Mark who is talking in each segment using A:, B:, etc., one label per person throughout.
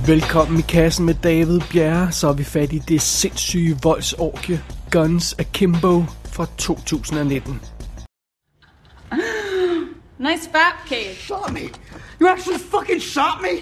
A: Velkommen i kassen med David Bjerre, så er vi fat i det sindssyge voldsorgie Guns Akimbo fra 2019.
B: Nice fat cave.
C: Shot me? You actually fucking shot me?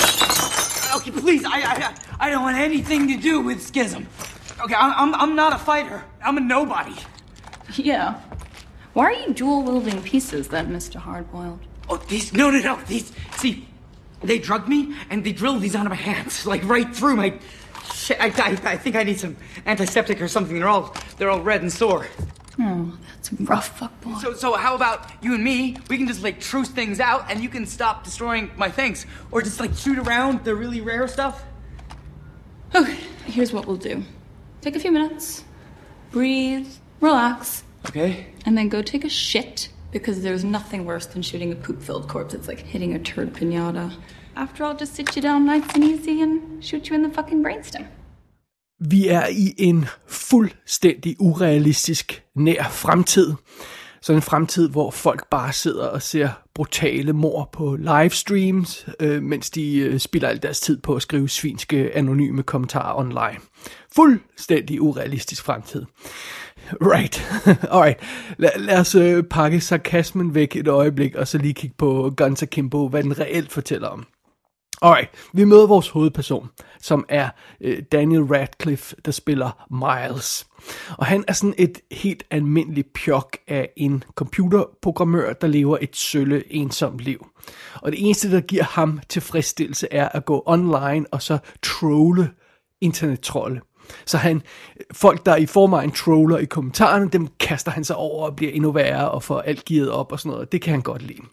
C: Okay, please, I don't want anything to do with Schism. Okay, I'm not a fighter. I'm a nobody.
B: Yeah. Why are you dual-wielding pieces then, Mr. Hardboiled?
C: Oh, no. See, they drugged me and they drilled these onto my hands, like right through my... Shit, I think I need some antiseptic or something. They're all red and sore.
B: Oh, that's rough, fuckboy.
C: So how about you and me? We can just like truce things out, and you can stop destroying my things, or just like shoot around the really rare stuff.
B: Okay, here's what we'll do. Take a few minutes, breathe, relax.
C: Okay.
B: And then go take a shit, because there's nothing worse than shooting a poop-filled corpse. It's like hitting a turd pinata. After all, just sit you down nice and easy and shoot you in the fucking brainstem.
A: Vi er i en fuldstændig urealistisk nær fremtid. Sådan en fremtid, hvor folk bare sidder og ser brutale mord på livestreams, mens de spilder al deres tid på at skrive svinske anonyme kommentarer online. Fuldstændig urealistisk fremtid. Right. Alright. Lad os pakke sarkasmen væk et øjeblik, og så lige kigge på Guns Akimbo, hvad den reelt fortæller om. Alright, vi møder vores hovedperson, som er Daniel Radcliffe, der spiller Miles. Og han er sådan et helt almindeligt pjok af en computerprogrammør, der lever et sølle, ensomt liv. Og det eneste, der giver ham tilfredsstillelse, er at gå online og så trolle internettrolde. Så folk, der i forvejen troller i kommentarerne, dem kaster han sig over og bliver endnu værre og får alt givet op og sådan noget. Det kan han godt lide.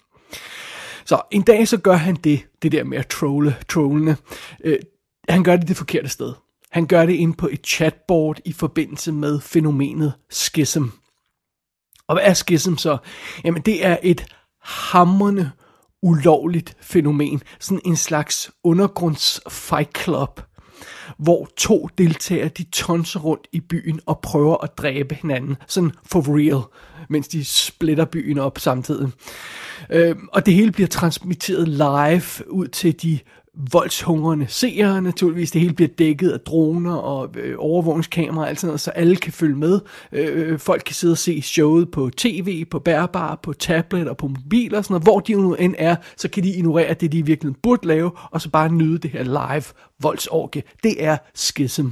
A: Så en dag så gør han det der med at trollene. Han gør det forkerte sted. Han gør det inde på et chatboard i forbindelse med fænomenet Schism. Og hvad er Schism så? Jamen det er et hamrende ulovligt fænomen. Sådan en slags undergrunds fight club, hvor to deltagere, de tonser rundt i byen og prøver at dræbe hinanden, sådan for real, mens de splitter byen op samtidig. Og det hele bliver transmitteret live ud til de voldshungrende seere, naturligvis. Det hele bliver dækket af droner og overvågningskameraer og alt sådan noget, så alle kan følge med. Folk kan sidde og se showet på tv, på bærbare, på tablet og på mobil og sådan noget. Hvor de nu end er, så kan de ignorere det, de virkelig burde lave, og så bare nyde det her live voldsorgie. Det er Schism.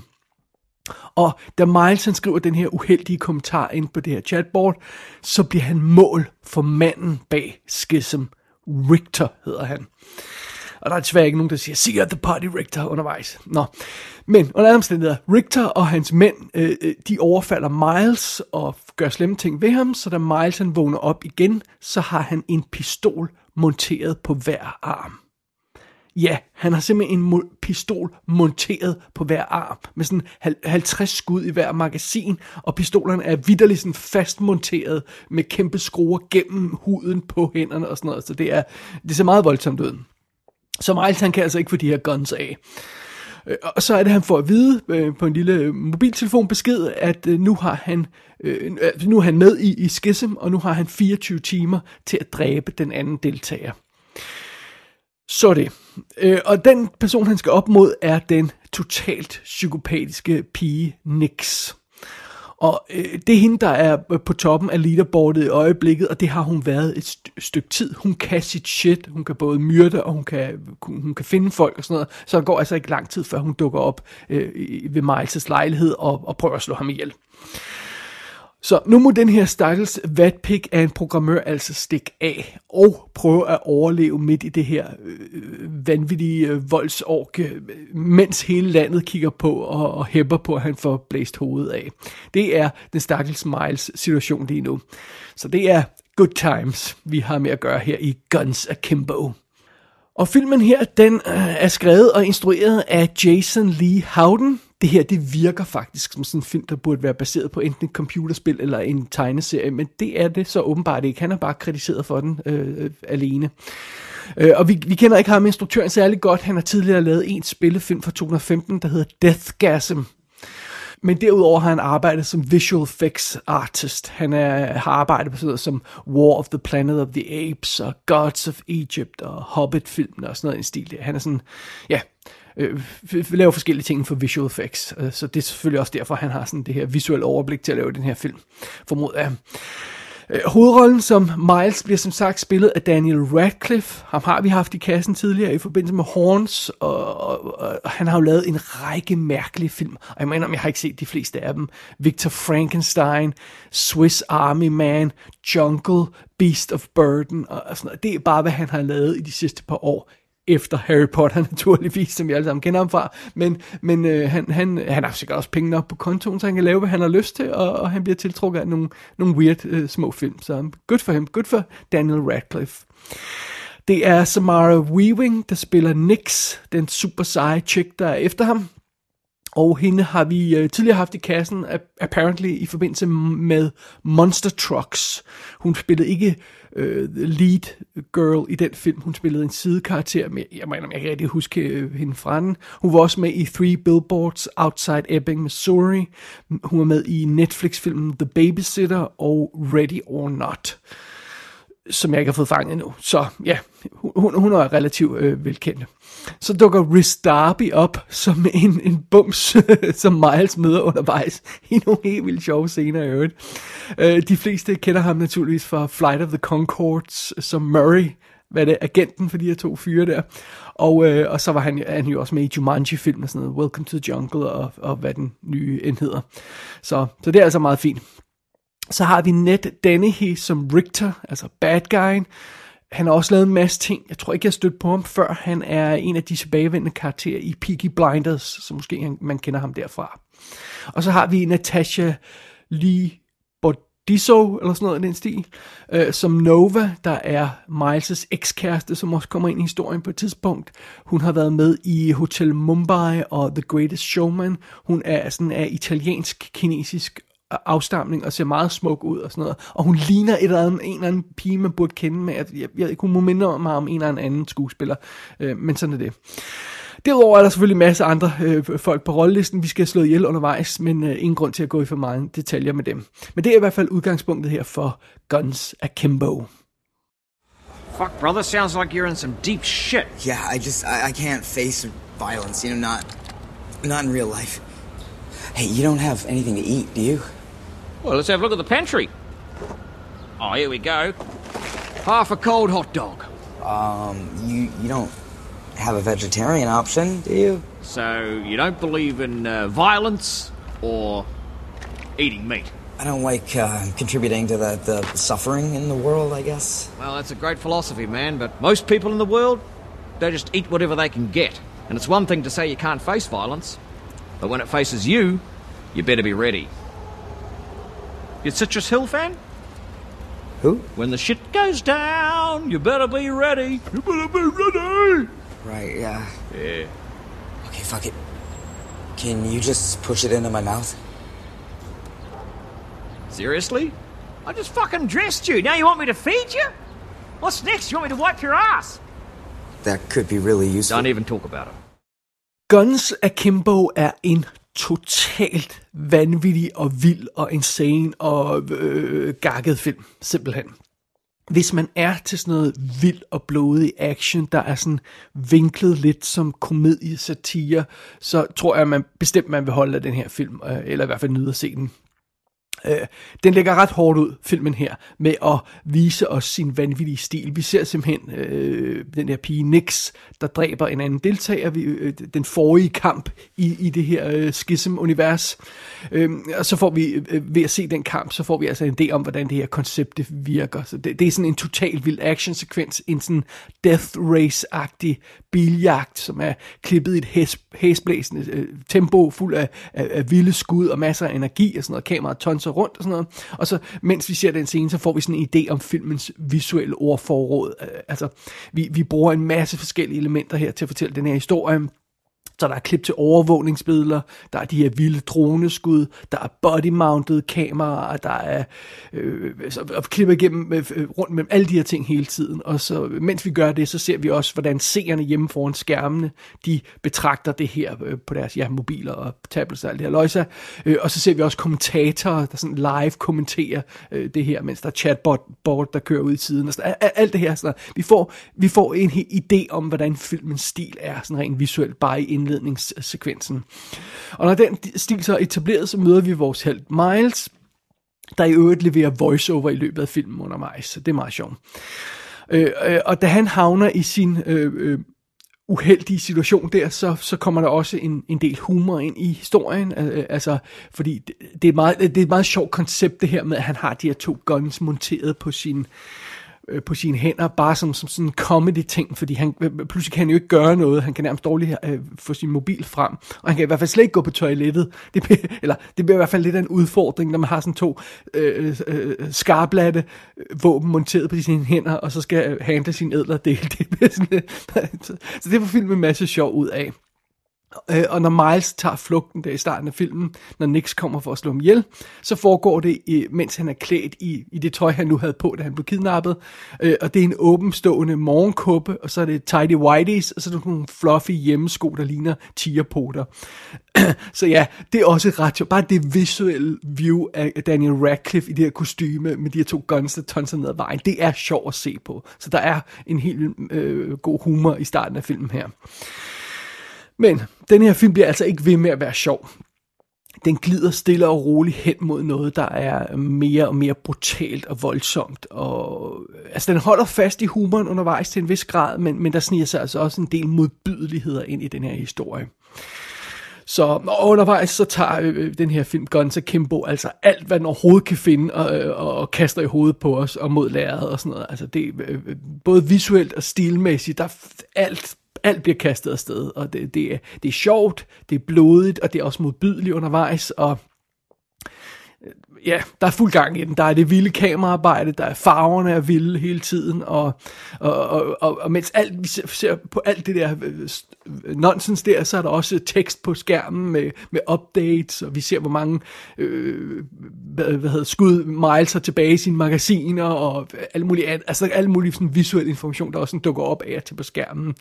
A: Og da Miles han skriver den her uheldige kommentar ind på det her chatboard, så bliver han mål for manden bag Schism. Richter hedder han. Og der er desværre ikke nogen, der siger, see you at the party, Richter, undervejs. Nå. Men under andre omstændigheder, Richter og hans mænd, de overfalder Miles og gør slemme ting ved ham, så da Miles han vågner op igen, så har han en pistol monteret på hver arm. Ja, han har simpelthen en pistol monteret på hver arm, med sådan 50 skud i hver magasin, og pistolerne er vitterligt sådan fastmonteret med kæmpe skruer gennem huden på hænderne og sådan noget, så det ser meget voldsomt ud. Så Miles han kan altså ikke få de her guns af. Og så er det, han får at vide på en lille mobiltelefon besked, at nu er han med i Schism, og nu har han 24 timer til at dræbe den anden deltager. Så det. Og den person, han skal op mod, er den totalt psykopatiske pige Nix. Og det er hende, der er på toppen af leaderboardet i øjeblikket, og det har hun været et stykke tid. Hun kan sit shit, hun kan både myrde, og hun kan finde folk og sådan noget. Så det går altså ikke lang tid, før hun dukker op ved Miles' lejlighed og prøver at slå ham ihjel. Så nu må den her stakkels vatpik af en programmør altså stikke af og prøve at overleve midt i det her vanvittige voldsorgie, mens hele landet kigger på og hæpper på, at han får blæst hovedet af. Det er den stakkels Miles situation lige nu. Så det er good times, vi har med at gøre her i Guns Akimbo. Og filmen her, den er skrevet og instrueret af Jason Lee Howden. Det her, det virker faktisk som sådan en film, der burde være baseret på enten et computerspil eller en tegneserie, men det er det så åbenbart ikke. Han er bare kritiseret for den alene. Og vi kender ikke ham, instruktøren, særlig godt. Han har tidligere lavet en spillefilm fra 2015, der hedder Deathgasm. Men derudover har han arbejdet som visual effects artist. Han har arbejdet på sådan noget som War of the Planet of the Apes og Gods of Egypt og Hobbit-filmen og sådan noget i stil. Han er sådan, ja, laver forskellige ting for visual effects. Så det er selvfølgelig også derfor, han har sådan det her visuelle overblik til at lave den her film, formoder jeg. Hovedrollen som Miles bliver som sagt spillet af Daniel Radcliffe. Ham har vi haft i kassen tidligere i forbindelse med Horns, og han har jo lavet en række mærkelige film. Og jeg mener, jeg har ikke set de fleste af dem. Victor Frankenstein, Swiss Army Man, Jungle, Beast of Burden og sådan noget. Det er bare, hvad han har lavet i de sidste par år. Efter Harry Potter naturligvis, som vi alle sammen kender ham fra. Men han har sikkert også penge op på kontoen, så han kan lave, hvad han har lyst til, og han bliver tiltrukket af nogle weird små film. Så good for ham. Good for Daniel Radcliffe. Det er Samara Weaving, der spiller Nix, den super seje chick, der er efter ham. Og hende har vi tidligere haft i kassen, apparently i forbindelse med Monster Trucks. Hun spillede ikke lead girl i den film. Hun spillede en sidekarakter, men jeg mener, jeg kan rigtig huske hende fra den. Hun var også med i 3 Billboards Outside Ebbing, Missouri. Hun var med i Netflix-filmen The Babysitter og Ready or Not, som jeg ikke har fået fanget endnu. Så ja, hun er relativt velkendt. Så dukker Rhys Darby op som en bums, som Miles møder undervejs i nogle helt vildt sjove scener i øvrigt. De fleste kender ham naturligvis fra Flight of the Conchords som Murray, hvad det er, agenten for de her 2 fyre der. Og så var han jo også med i Jumanji-filmen, sådan noget, Welcome to the Jungle, og hvad den nye end hedder. Så det er altså meget fint. Så har vi Ned Dennehy som Richter, altså bad guyen. Han har også lavet en masse ting. Jeg tror ikke, jeg har stødt på ham før. Han er en af de tilbagevendende karakterer i Peaky Blinders, så måske man kender ham derfra. Og så har vi Natasha Lee Bordizzo, eller sådan noget i den stil, som Nova, der er Miles' ekskæreste, som også kommer ind i historien på et tidspunkt. Hun har været med i Hotel Mumbai og The Greatest Showman. Hun er sådan af italiensk-kinesisk afstamning og ser meget smuk ud og sådan noget. Og hun ligner en eller anden pige, man burde kende med. Hun må minde mig om en eller anden skuespiller. Men sådan er det. Derudover er der selvfølgelig en masse andre folk på rollelisten, vi skal slå ihjel undervejs, men ingen grund til at gå i for mange detaljer med dem. Men det er i hvert fald udgangspunktet her for Guns Akimbo.
D: Fuck, brother, sounds like you're in some deep shit.
E: Yeah, I can't face violence, not in real life. Hey, you don't have anything to eat, do you?
D: Well, let's have a look at the pantry. Oh, here we go. Half a cold hot dog.
E: You don't have a vegetarian option, do you?
D: So, you don't believe in violence or eating meat?
E: I don't like contributing to the suffering in the world, I guess.
D: Well, that's a great philosophy, man, but most people in the world, they just eat whatever they can get. And it's one thing to say you can't face violence, but when it faces you, you better be ready. You Citrus Hill fan?
E: Who?
D: When the shit goes down, you better be ready. You better be ready.
E: Right, yeah.
D: Yeah.
E: Okay, fuck it. Can you just push it into my mouth?
D: Seriously? I just fucking dressed you. Now you want me to feed you? What's next? You want me to wipe your ass?
E: That could be really useful.
D: Don't even talk about it.
A: Guns Akimbo er en totalt vanvittig og vild og insane og gakket film, simpelthen. Hvis man er til sådan noget vild og blodig action, der er sådan vinklet lidt som komediesatire, så tror jeg, man bestemt man vil holde af den her film, eller i hvert fald nyde at se den. Den lægger ret hårdt ud, filmen her, med at vise os sin vanvittige stil. Vi ser simpelthen den her pige Nix, der dræber en anden deltager, den forrige kamp i det her schism-univers. Og så får vi, ved at se den kamp, så får vi altså en idé om, hvordan det her koncept det virker. Så det er sådan en total vild actionsekvens, en sådan death race-agtig biljagt, som er klippet i et hæsblæsende tempo, fuld af vilde skud og masser af energi og sådan noget, kameraet tonser rundt og sådan noget. Og så, mens vi ser den scene, så får vi sådan en idé om filmens visuelle ordforråd. Altså, vi bruger en masse forskellige elementer her til at fortælle den her historie. Så der er klip til overvågningsbilleder, der er de her vilde droneskud, der er body-mounted kameraer, der er klipper igennem rundt med alle de her ting hele tiden. Og så mens vi gør det, så ser vi også, hvordan seerne hjemme foran skærmene, de betragter det her på deres mobiler og tablets og alt det her løjse. Og så ser vi også kommentatorer, der sådan live kommenterer det her, mens der er chatbot, der kører ud i siden. Og sådan, alt det her. Sådan, vi får en idé om, hvordan filmens stil er, sådan rent visuelt, bare i indledningssekvensen. Og når den stil så er etableret, så møder vi vores helt Miles, der i øvrigt leverer voiceover i løbet af filmen undervejs, så det er meget sjovt. Og da han havner i sin uheldige situation der, så kommer der også en del humor ind i historien, altså, fordi det er et meget sjovt koncept det her med, at han har de her 2 guns monteret på sine hænder, bare som sådan en comedy-ting, fordi han pludselig kan han jo ikke gøre noget, han kan nærmest dårligt få sin mobil frem, og han kan i hvert fald slet ikke gå på toilettet, det bliver i hvert fald lidt af en udfordring, når man har sådan 2 skarplatte våben monteret på sine hænder, og så skal handle sin ædler del, så det får filmen en masse sjov ud af. Og når Miles tager flugten der i starten af filmen, når Nix kommer for at slå ham ihjel, så foregår det, mens han er klædt i det tøj, han nu havde på, da han blev kidnappet. Og det er en åbenstående morgenkuppe, og så er det tidy whities, og så er der nogle fluffy hjemmesko, der ligner tigerpoter. Så ja, det er også ret sjovt. Bare det visuelle view af Daniel Radcliffe i det her kostyme med de her 2 guns, der tonser ned ad vejen, det er sjovt at se på. Så der er en helt god humor i starten af filmen her. Men den her film bliver altså ikke ved med at være sjov. Den glider stille og roligt hen mod noget, der er mere og mere brutalt og voldsomt. Og, altså, den holder fast i humoren undervejs til en vis grad, men der sniger sig altså også en del modbydeligheder ind i den her historie. Så undervejs så tager den her film Guns Akimbo altså alt, hvad den overhovedet kan finde, og kaster i hovedet på os og mod lærredet og sådan noget. Altså det både visuelt og stilmæssigt, der alt bliver kastet afsted, og det er sjovt, det er blodigt, og det er også modbydeligt undervejs, og ja, der er fuld gang i den. Der er det vilde kameraarbejde, der er farverne er vilde hele tiden, og mens vi ser på alt det der nonsens der, så er der også tekst på skærmen med updates, og vi ser, hvor mange skud Miles har tilbage i sine magasiner, og alt muligt andet, altså alt muligt sådan visuel information, der også dukker op af og til på skærmen.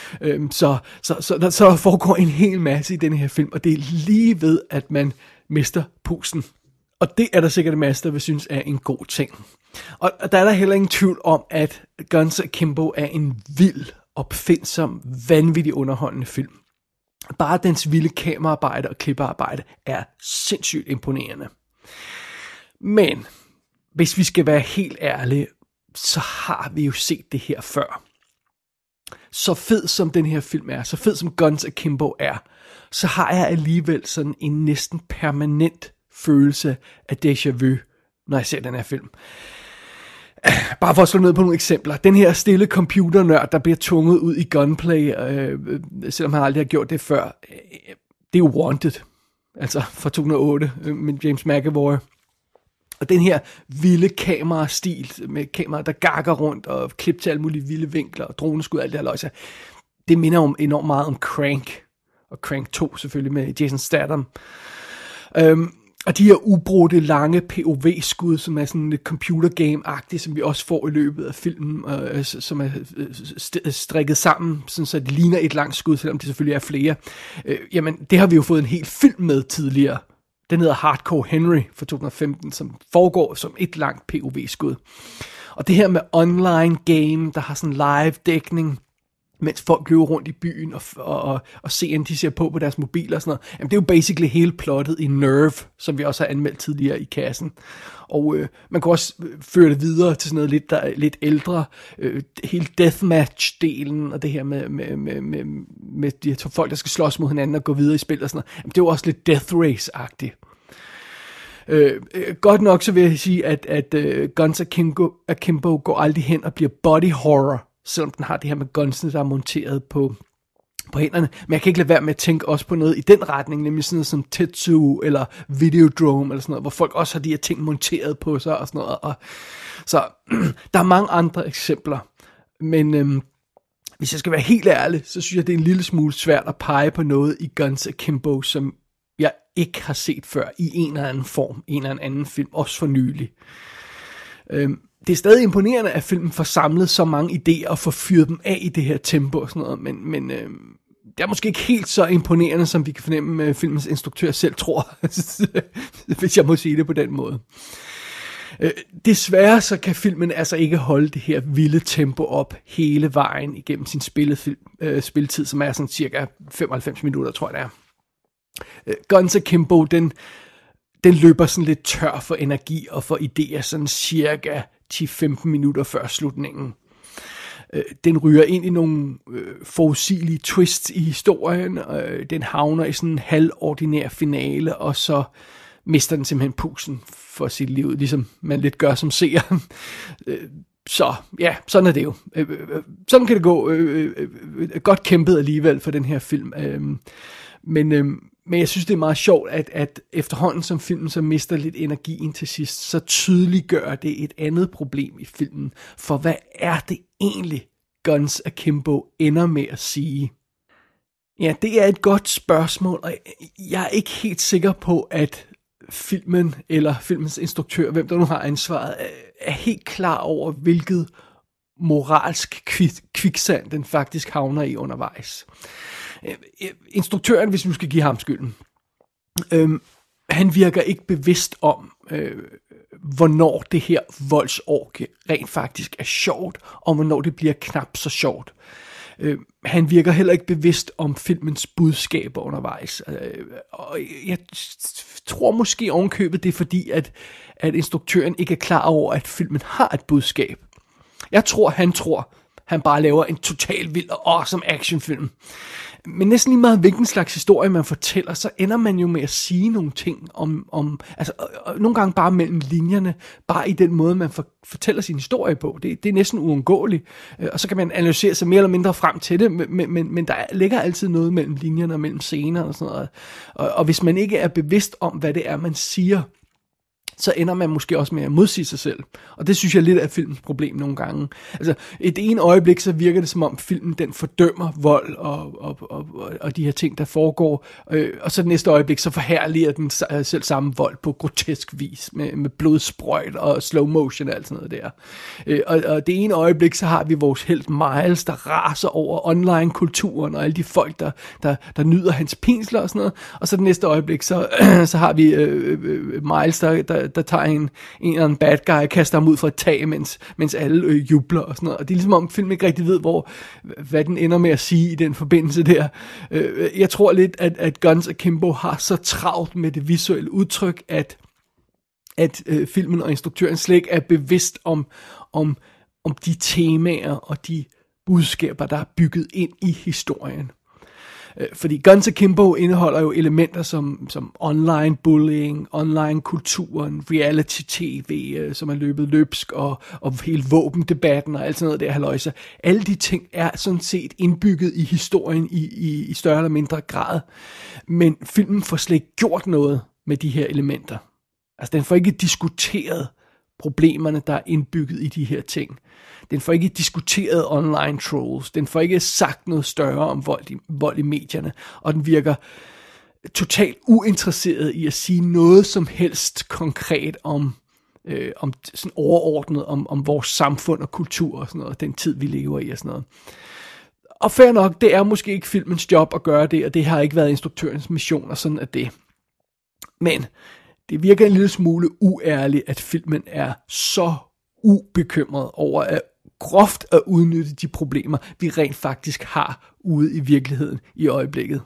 A: Så foregår en hel masse i den her film, og det er lige ved, at man mister pusten. Og det er der sikkert en masse, der vil synes er en god ting. Og der er der heller ingen tvivl om, at Guns Akimbo er en vild, opfindsom, vanvittig underholdende film. Bare dens vilde kameraarbejde og klippearbejde er sindssygt imponerende. Men hvis vi skal være helt ærlige, så har vi jo set det her før. Så fed som den her film er, så fed som Guns Akimbo er, så har jeg alligevel sådan en næsten permanent følelse af déjà vu, når jeg ser den her film. Bare for at slå ned på nogle eksempler. Den her stille computernørd, der bliver tvunget ud i gunplay, selvom han aldrig har gjort det før, det er jo Wanted. Altså fra 2008 med James McAvoy. Og den her vilde kamerastil med kameraer, der gakker rundt og klip til alle mulige vilde vinkler og droneskud og alt det her løjse. Det minder om enormt meget om Crank. Og Crank 2 selvfølgelig med Jason Statham. Og de her ubrudte lange POV-skud, som er sådan et computer game-agtigt, som vi også får i løbet af filmen, som er strikket sammen, sådan så det ligner et langt skud, selvom det selvfølgelig er flere. Jamen, det har vi jo fået en hel film med tidligere. Den hedder Hardcore Henry fra 2015, som foregår som et langt POV-skud. Og det her med online game, der har sådan live-dækning, mens folk løber rundt i byen og ser, de ser på deres mobiler og sådan noget. Jamen, det er jo basically hele plottet i Nerve, som vi også har anmeldt tidligere i kassen. Og man kan også føre det videre til sådan noget lidt ældre. Hele deathmatch-delen og det her med de her folk, der skal slås mod hinanden og gå videre i spil og sådan noget. Jamen, det er jo også lidt Death Race-agtigt. Godt nok så vil jeg sige, at Guns Akimbo går aldrig hen og bliver body horror, selvom den har det her med gunsene, der er monteret på hænderne. Men jeg kan ikke lade være med at tænke også på noget i den retning, nemlig sådan noget som Tetsu eller Videodrome eller sådan noget, hvor folk også har de her ting monteret på sig og sådan noget. Og så der er mange andre eksempler. Men hvis jeg skal være helt ærlig, så synes jeg, det er en lille smule svært at pege på noget i Guns Akimbo, som jeg ikke har set før i en eller anden form, en eller anden film, også for nylig. Det er stadig imponerende, at filmen får samlet så mange idéer og får fyret dem af i det her tempo og sådan noget, men det er måske ikke helt så imponerende, som vi kan fornemme, filmens instruktør selv tror, hvis jeg må sige det på den måde. Desværre så kan filmen altså ikke holde det her vilde tempo op hele vejen igennem sin spilletid, som er sådan cirka 95 minutter, tror jeg det er. Guns Akimbo, den løber sådan lidt tør for energi og for idéer, sådan cirka 10-15 minutter før slutningen. Den ryger ind i nogle forudsigelige twists i historien, den havner i sådan en halvordinær finale, og så mister den simpelthen pusen for sit liv, ligesom man lidt gør som seer. Så ja, sådan er det jo. Sådan kan det gå. Godt kæmpet alligevel for den her film. Men jeg synes, det er meget sjovt, at efterhånden som filmen så mister lidt energien til sidst, så tydeliggør det et andet problem i filmen. For hvad er det egentlig, Guns Akimbo ender med at sige? Ja, det er et godt spørgsmål, og jeg er ikke helt sikker på, at filmen eller filmens instruktør, hvem der nu har ansvaret, er helt klar over, hvilket moralsk kviksand den faktisk havner i undervejs. Instruktøren, hvis vi skal give ham skylden, han virker ikke bevidst om, hvornår det her voldsorgie rent faktisk er sjovt, og hvornår det bliver knap så sjovt. Han virker heller ikke bevidst om filmens budskaber undervejs. Og jeg tror måske ovenkøbet det er fordi, at instruktøren ikke er klar over, at filmen har et budskab. Jeg tror, han bare laver en total vild og awesome actionfilm. Men næsten lige meget hvilken slags historie man fortæller, så ender man jo med at sige nogle ting om altså nogle gange bare mellem linjerne, bare i den måde, man fortæller sin historie på. Det er næsten uundgåeligt, og så kan man analysere sig mere eller mindre frem til det, men der ligger altid noget mellem linjerne og mellem scener og sådan noget. Og hvis man ikke er bevidst om, hvad det er, man siger, så ender man måske også med at modsige sig selv. Og det synes jeg lidt er filmens problem nogle gange. Altså, i det ene øjeblik, så virker det som om filmen, den fordømmer vold og de her ting, der foregår. Og så det næste øjeblik, så forherliger den selv samme vold på grotesk vis, med blodsprøjt og slow motion og alt sådan noget der. Og det ene øjeblik, så har vi vores helt Miles, der raser over online-kulturen, og alle de folk, der nyder hans pinsler og sådan noget. Og så det næste øjeblik, så har vi Miles, der tager en eller anden bad guy og kaster ham ud fra et tag, mens alle jubler og sådan noget. Og det er ligesom om filmen ikke rigtig ved, hvad den ender med at sige i den forbindelse der. Jeg tror lidt, at Guns Akimbo har så travlt med det visuelle udtryk, at filmen og instruktøren slet ikke er bevidst om de temaer og de budskaber, der er bygget ind i historien. Fordi Guns Akimbo indeholder jo elementer som online bullying, online kulturen, reality tv, som er løbet løbsk, og hele våbendebatten og alt sådan noget der halløjse. Alle de ting er sådan set indbygget i historien i større eller mindre grad. Men filmen får slet ikke gjort noget med de her elementer. Altså den får ikke diskuteret problemerne, der er indbygget i de her ting. Den får ikke diskuteret online trolls. Den får ikke sagt noget større om vold i medierne. Og den virker totalt uinteresseret i at sige noget som helst konkret om sådan overordnet om vores samfund og kultur og sådan noget. Den tid, vi lever i og sådan noget. Og fair nok, det er måske ikke filmens job at gøre det, og det har ikke været instruktørens mission, og sådan er det. Men det virker en lille smule uærligt, at filmen er så ubekymret over at groft at udnytte de problemer, vi rent faktisk har ude i virkeligheden i øjeblikket.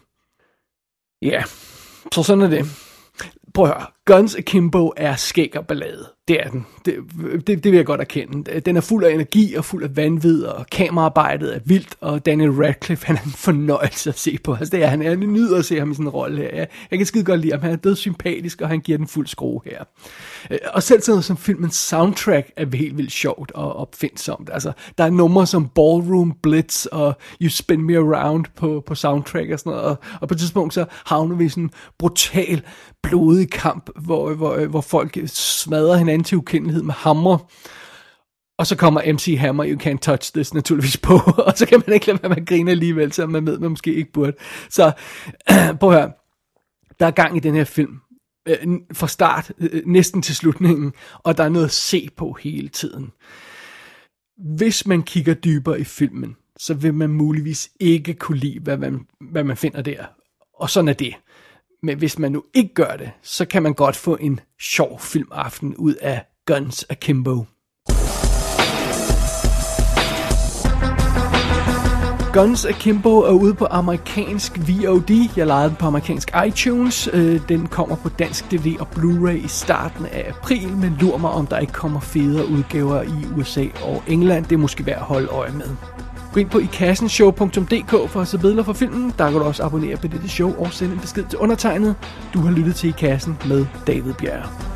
A: Ja, så sådan er det. Prøv at høre. Guns Akimbo er skæg og ballade. Det er den. Det vil jeg godt erkende. Den er fuld af energi og fuld af vanvid, og kameraarbejdet er vildt, og Daniel Radcliffe, han er en fornøjelse at se på. Altså det er han. Jeg nyder at se ham i sådan en rolle her. Jeg kan skide godt lide ham. Han er død sympatisk, og han giver den fuld skrue her. Og selv sådan noget som filmens soundtrack er helt vildt sjovt og opfindsomt. Altså, der er numre som Ballroom Blitz og You Spin Me Around på soundtrack og sådan noget. Og på et tidspunkt så havner vi i sådan en brutal, blodig kamp, hvor folk smadrer hinanden til ukendelighed med hamre. Og så kommer MC Hammer, You Can't Touch This, naturligvis på. Og så kan man ikke lade være med at grine alligevel, så man ved, man måske ikke burde. Så prøv at høre. Der er gang i den her film. Fra start, næsten til slutningen. Og der er noget at se på hele tiden. Hvis man kigger dybere i filmen, så vil man muligvis ikke kunne lide, hvad man finder der. Og sådan er det. Men hvis man nu ikke gør det, så kan man godt få en sjov filmaften ud af Guns Akimbo. Guns Akimbo er ude på amerikansk VOD. Jeg lejede den på amerikansk iTunes. Den kommer på dansk DVD og Blu-ray i starten af april, men lur mig, om der ikke kommer federe udgaver i USA og England. Det er måske værd at holde øje med. Gå ind på ikassenshow.dk for at se billeder fra filmen. Der kan du også abonnere på dette show og sende en besked til undertegnet. Du har lyttet til I Kassen med David Bjerre.